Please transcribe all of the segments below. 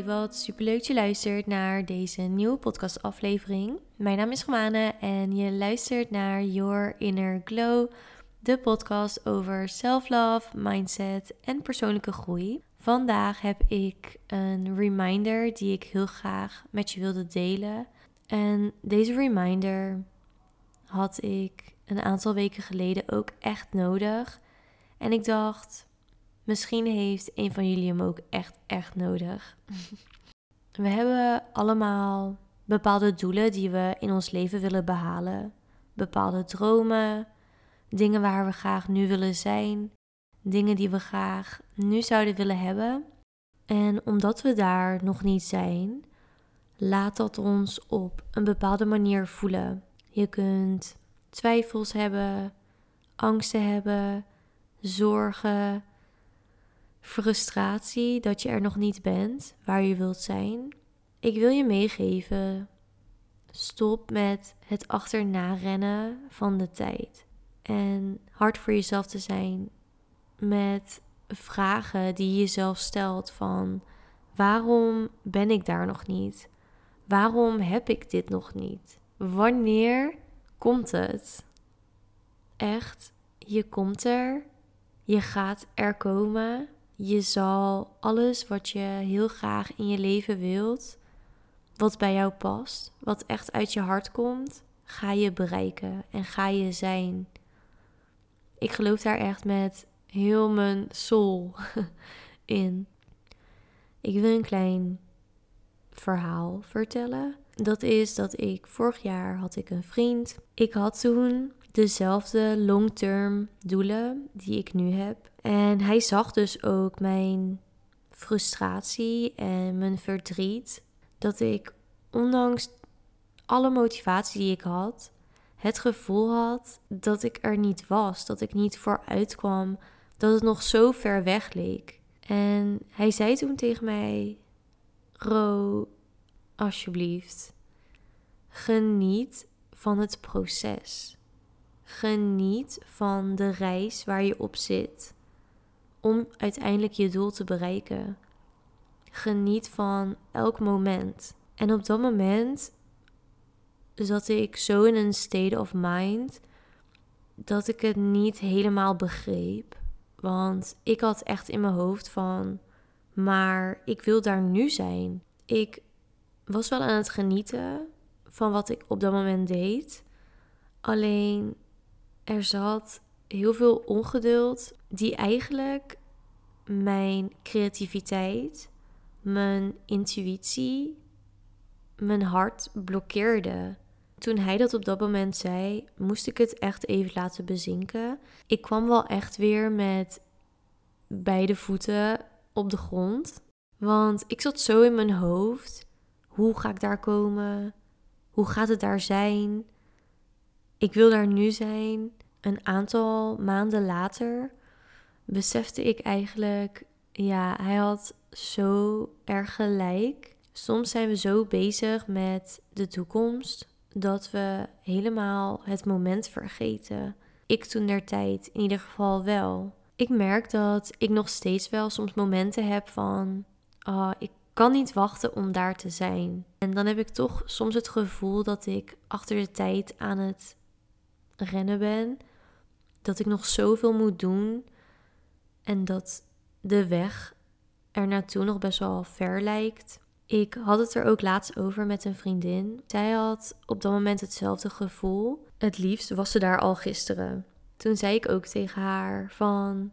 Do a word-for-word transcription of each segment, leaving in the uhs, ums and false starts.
Hey, wat superleuk dat je luistert naar deze nieuwe podcastaflevering. Mijn naam is Romane en je luistert naar Your Inner Glow, de podcast over self-love, mindset en persoonlijke groei. Vandaag heb ik een reminder die ik heel graag met je wilde delen. En deze reminder had ik een aantal weken geleden ook echt nodig. En ik dacht, misschien heeft een van jullie hem ook echt, echt nodig. We hebben allemaal bepaalde doelen die we in ons leven willen behalen. Bepaalde dromen, dingen waar we graag nu willen zijn. Dingen die we graag nu zouden willen hebben. En omdat we daar nog niet zijn, laat dat ons op een bepaalde manier voelen. Je kunt twijfels hebben, angsten hebben, zorgen, frustratie dat je er nog niet bent waar je wilt zijn. Ik wil je meegeven, stop met het achterna rennen van de tijd. En hard voor jezelf te zijn met vragen die je jezelf stelt van waarom ben ik daar nog niet? Waarom heb ik dit nog niet? Wanneer komt het? Echt, je komt er. Je gaat er komen. Je zal alles wat je heel graag in je leven wilt, wat bij jou past, wat echt uit je hart komt, ga je bereiken en ga je zijn. Ik geloof daar echt met heel mijn soul in. Ik wil een klein verhaal vertellen. Dat is dat ik vorig jaar had ik een vriend. Ik had toen dezelfde long-term doelen die ik nu heb. En hij zag dus ook mijn frustratie en mijn verdriet. Dat ik ondanks alle motivatie die ik had, het gevoel had dat ik er niet was. Dat ik niet vooruit kwam. Dat het nog zo ver weg leek. En hij zei toen tegen mij: Ro, alsjeblieft, geniet van het proces. Geniet van de reis waar je op zit om uiteindelijk je doel te bereiken. Geniet van elk moment. En op dat moment zat ik zo in een state of mind dat ik het niet helemaal begreep. Want ik had echt in mijn hoofd van, maar ik wil daar nu zijn. Ik was wel aan het genieten van wat ik op dat moment deed. Alleen er zat heel veel ongeduld die eigenlijk mijn creativiteit, mijn intuïtie, mijn hart blokkeerde. Toen hij dat op dat moment zei, moest ik het echt even laten bezinken. Ik kwam wel echt weer met beide voeten op de grond. Want ik zat zo in mijn hoofd. Hoe ga ik daar komen? Hoe gaat het daar zijn? Ik wil daar nu zijn. Een aantal maanden later besefte ik eigenlijk, ja, hij had zo erg gelijk. Soms zijn we zo bezig met de toekomst dat we helemaal het moment vergeten. Ik toen der tijd in ieder geval wel. Ik merk dat ik nog steeds wel soms momenten heb van, oh, ik kan niet wachten om daar te zijn. En dan heb ik toch soms het gevoel dat ik achter de tijd aan het rennen ben. Dat ik nog zoveel moet doen. En dat de weg er naartoe nog best wel ver lijkt. Ik had het er ook laatst over met een vriendin. Zij had op dat moment hetzelfde gevoel. Het liefst was ze daar al gisteren. Toen zei ik ook tegen haar van,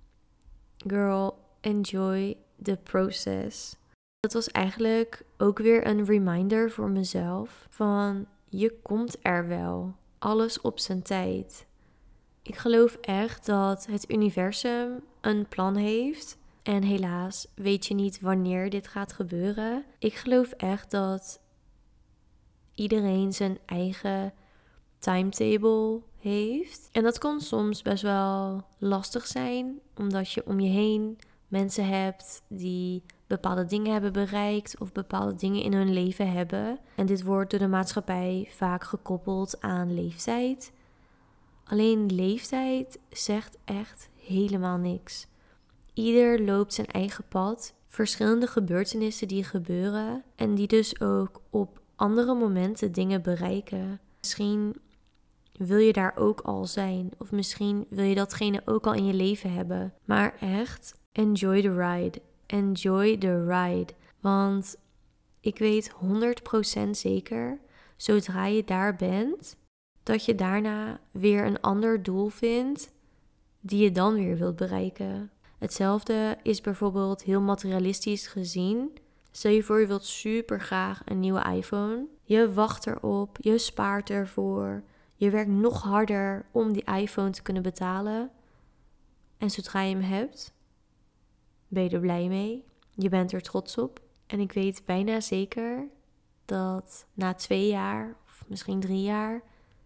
girl, enjoy the process. Dat was eigenlijk ook weer een reminder voor mezelf van, je komt er wel. Alles op zijn tijd. Ik geloof echt dat het universum een plan heeft. En helaas weet je niet wanneer dit gaat gebeuren. Ik geloof echt dat iedereen zijn eigen timetable heeft. En dat kan soms best wel lastig zijn, omdat je om je heen mensen hebt die bepaalde dingen hebben bereikt of bepaalde dingen in hun leven hebben. En dit wordt door de maatschappij vaak gekoppeld aan leeftijd. Alleen leeftijd zegt echt helemaal niks. Ieder loopt zijn eigen pad. verschillende gebeurtenissen die gebeuren en die dus ook op andere momenten dingen bereiken. Misschien wil je daar ook al zijn of misschien wil je datgene ook al in je leven hebben. Maar echt, enjoy the ride. Enjoy the ride. Want ik weet honderd procent zeker, zodra je daar bent, dat je daarna weer een ander doel vindt die je dan weer wilt bereiken. Hetzelfde is bijvoorbeeld heel materialistisch gezien. Stel je voor je wilt super graag een nieuwe iPhone. Je wacht erop, je spaart ervoor. Je werkt nog harder om die iPhone te kunnen betalen. En zodra je hem hebt, ben je er blij mee. Je bent er trots op. En ik weet bijna zeker dat na twee jaar of misschien drie jaar,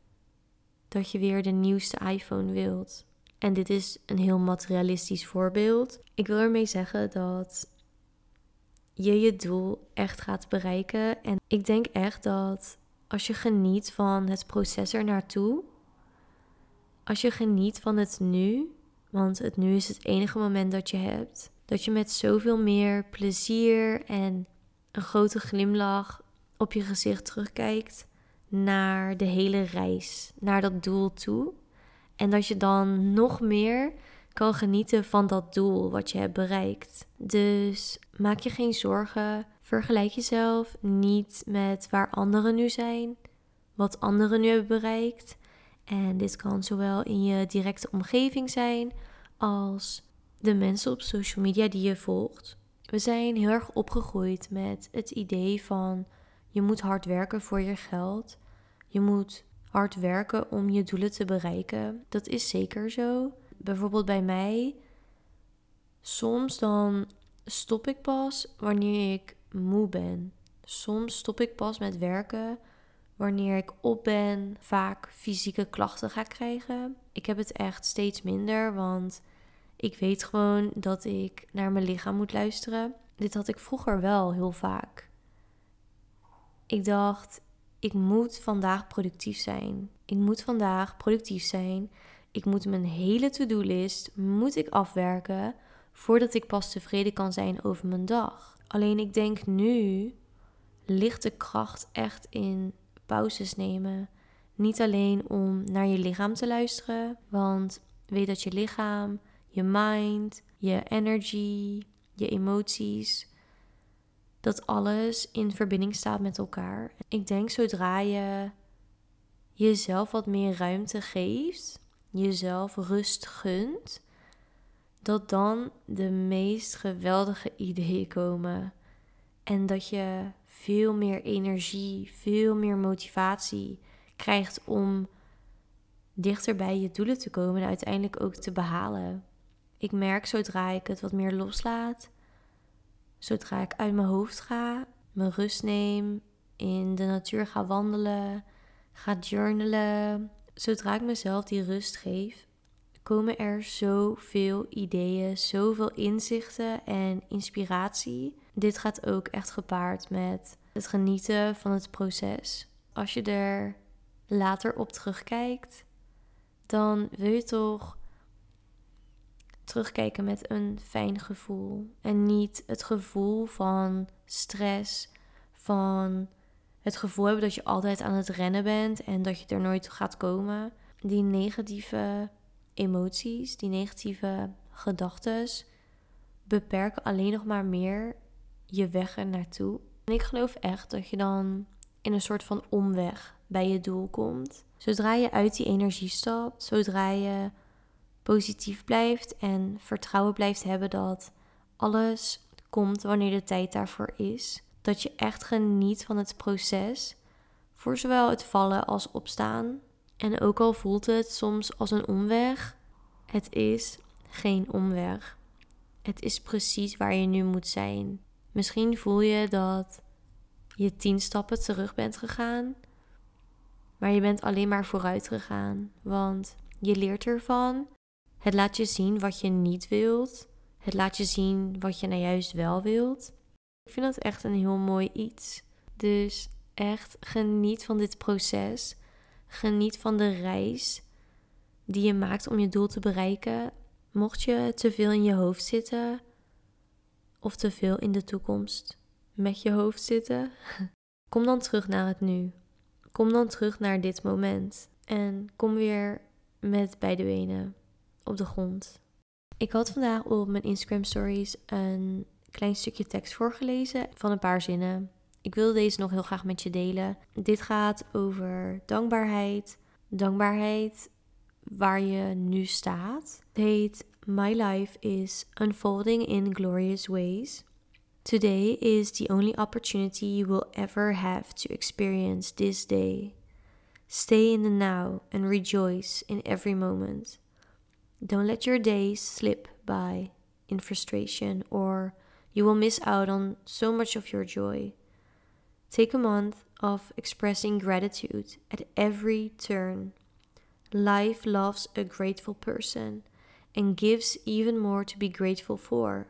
dat je weer de nieuwste iPhone wilt. En dit is een heel materialistisch voorbeeld. Ik wil ermee zeggen dat je je doel echt gaat bereiken. En ik denk echt dat als je geniet van het proces er naartoe, als je geniet van het nu, want het nu is het enige moment dat je hebt, dat je met zoveel meer plezier en een grote glimlach op je gezicht terugkijkt naar de hele reis, naar dat doel toe. En dat je dan nog meer kan genieten van dat doel wat je hebt bereikt. Dus maak je geen zorgen. Vergelijk jezelf niet met waar anderen nu zijn. Wat anderen nu hebben bereikt. En dit kan zowel in je directe omgeving zijn als de mensen op social media die je volgt. We zijn heel erg opgegroeid met het idee van je moet hard werken voor je geld. Je moet hard werken om je doelen te bereiken. Dat is zeker zo. Bijvoorbeeld bij mij, soms dan stop ik pas wanneer ik moe ben. Soms stop ik pas met werken wanneer ik op ben, vaak fysieke klachten ga krijgen. Ik heb het echt steeds minder, want ik weet gewoon dat ik naar mijn lichaam moet luisteren. Dit had ik vroeger wel heel vaak. Ik dacht, ik moet vandaag productief zijn. Ik moet vandaag productief zijn. Ik moet mijn hele to-do-list moet ik afwerken voordat ik pas tevreden kan zijn over mijn dag. Alleen ik denk nu ligt de kracht echt in pauzes nemen. Niet alleen om naar je lichaam te luisteren, want weet dat je lichaam, je mind, je energy, je emoties, dat alles in verbinding staat met elkaar. Ik denk zodra je jezelf wat meer ruimte geeft, jezelf rust gunt, dat dan de meest geweldige ideeën komen. En dat je veel meer energie, veel meer motivatie krijgt om dichter bij je doelen te komen en uiteindelijk ook te behalen. Ik merk zodra ik het wat meer loslaat, zodra ik uit mijn hoofd ga, mijn rust neem, in de natuur ga wandelen, ga journalen. Zodra ik mezelf die rust geef, komen er zoveel ideeën, zoveel inzichten en inspiratie. Dit gaat ook echt gepaard met het genieten van het proces. Als je er later op terugkijkt, dan wil je toch terugkijken met een fijn gevoel. En niet het gevoel van stress, van het gevoel hebben dat je altijd aan het rennen bent en dat je er nooit gaat komen. Die negatieve emoties, die negatieve gedachten beperken alleen nog maar meer je weg er naartoe. En ik geloof echt dat je dan in een soort van omweg bij je doel komt. Zodra je uit die energie stapt, zodra je positief blijft en vertrouwen blijft hebben dat alles komt wanneer de tijd daarvoor is. Dat je echt geniet van het proces, voor zowel het vallen als opstaan. En ook al voelt het soms als een omweg, het is geen omweg. Het is precies waar je nu moet zijn. Misschien voel je dat je tien stappen terug bent gegaan, maar je bent alleen maar vooruit gegaan. Want je leert ervan. Het laat je zien wat je niet wilt. Het laat je zien wat je nou juist wel wilt. Ik vind dat echt een heel mooi iets. Dus echt geniet van dit proces. Geniet van de reis die je maakt om je doel te bereiken. Mocht je te veel in je hoofd zitten of te veel in de toekomst met je hoofd zitten, kom dan terug naar het nu. Kom dan terug naar dit moment. En kom weer met beide benen op de grond. Ik had vandaag op mijn Instagram stories een klein stukje tekst voorgelezen van een paar zinnen. Ik wil deze nog heel graag met je delen. Dit gaat over dankbaarheid. Dankbaarheid waar je nu staat. Het heet My life is unfolding in glorious ways. Today is the only opportunity you will ever have to experience this day. Stay in the now and rejoice in every moment. Don't let your days slip by in frustration or you will miss out on so much of your joy. Take a month of expressing gratitude at every turn. Life loves a grateful person and gives even more to be grateful for.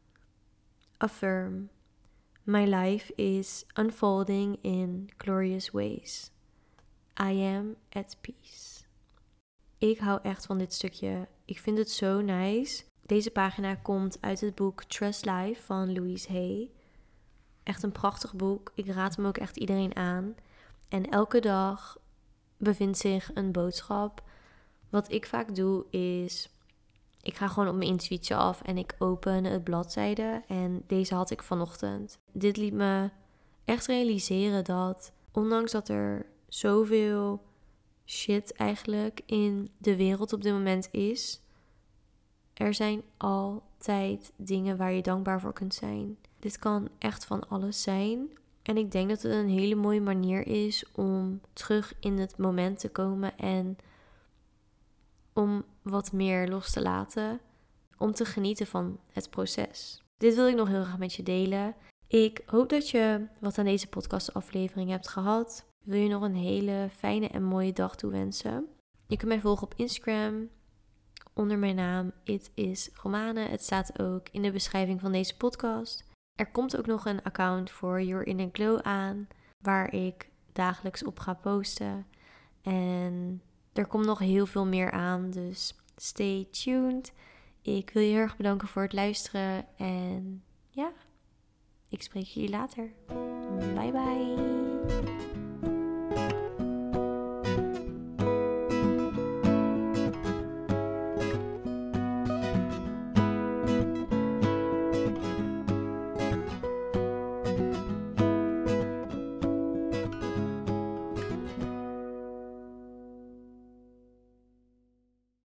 Affirm, my life is unfolding in glorious ways. I am at peace. Ik hou echt van dit stukje. Ik vind het zo nice. Deze pagina komt uit het boek Trust Life van Louise Hay. Echt een prachtig boek. Ik raad hem ook echt iedereen aan. En elke dag bevindt zich een boodschap. Wat ik vaak doe is, ik ga gewoon op mijn intuïtie af en ik open het bladzijde. En deze had ik vanochtend. Dit liet me echt realiseren dat, ondanks dat er zoveel shit eigenlijk in de wereld op dit moment is, er zijn altijd dingen waar je dankbaar voor kunt zijn. Dit kan echt van alles zijn. En ik denk dat het een hele mooie manier is om terug in het moment te komen en om wat meer los te laten, om te genieten van het proces. Dit wil ik nog heel graag met je delen. Ik hoop dat je wat aan deze podcastaflevering hebt gehad. Ik wil je nog een hele fijne en mooie dag toewensen. Je kunt mij volgen op Instagram onder mijn naam It is Romane. Het staat ook in de beschrijving van deze podcast. Er komt ook nog een account voor Your Inner Glow aan, waar ik dagelijks op ga posten. En er komt nog heel veel meer aan, dus stay tuned. Ik wil je heel erg bedanken voor het luisteren. En ja, ik spreek jullie later. Bye bye.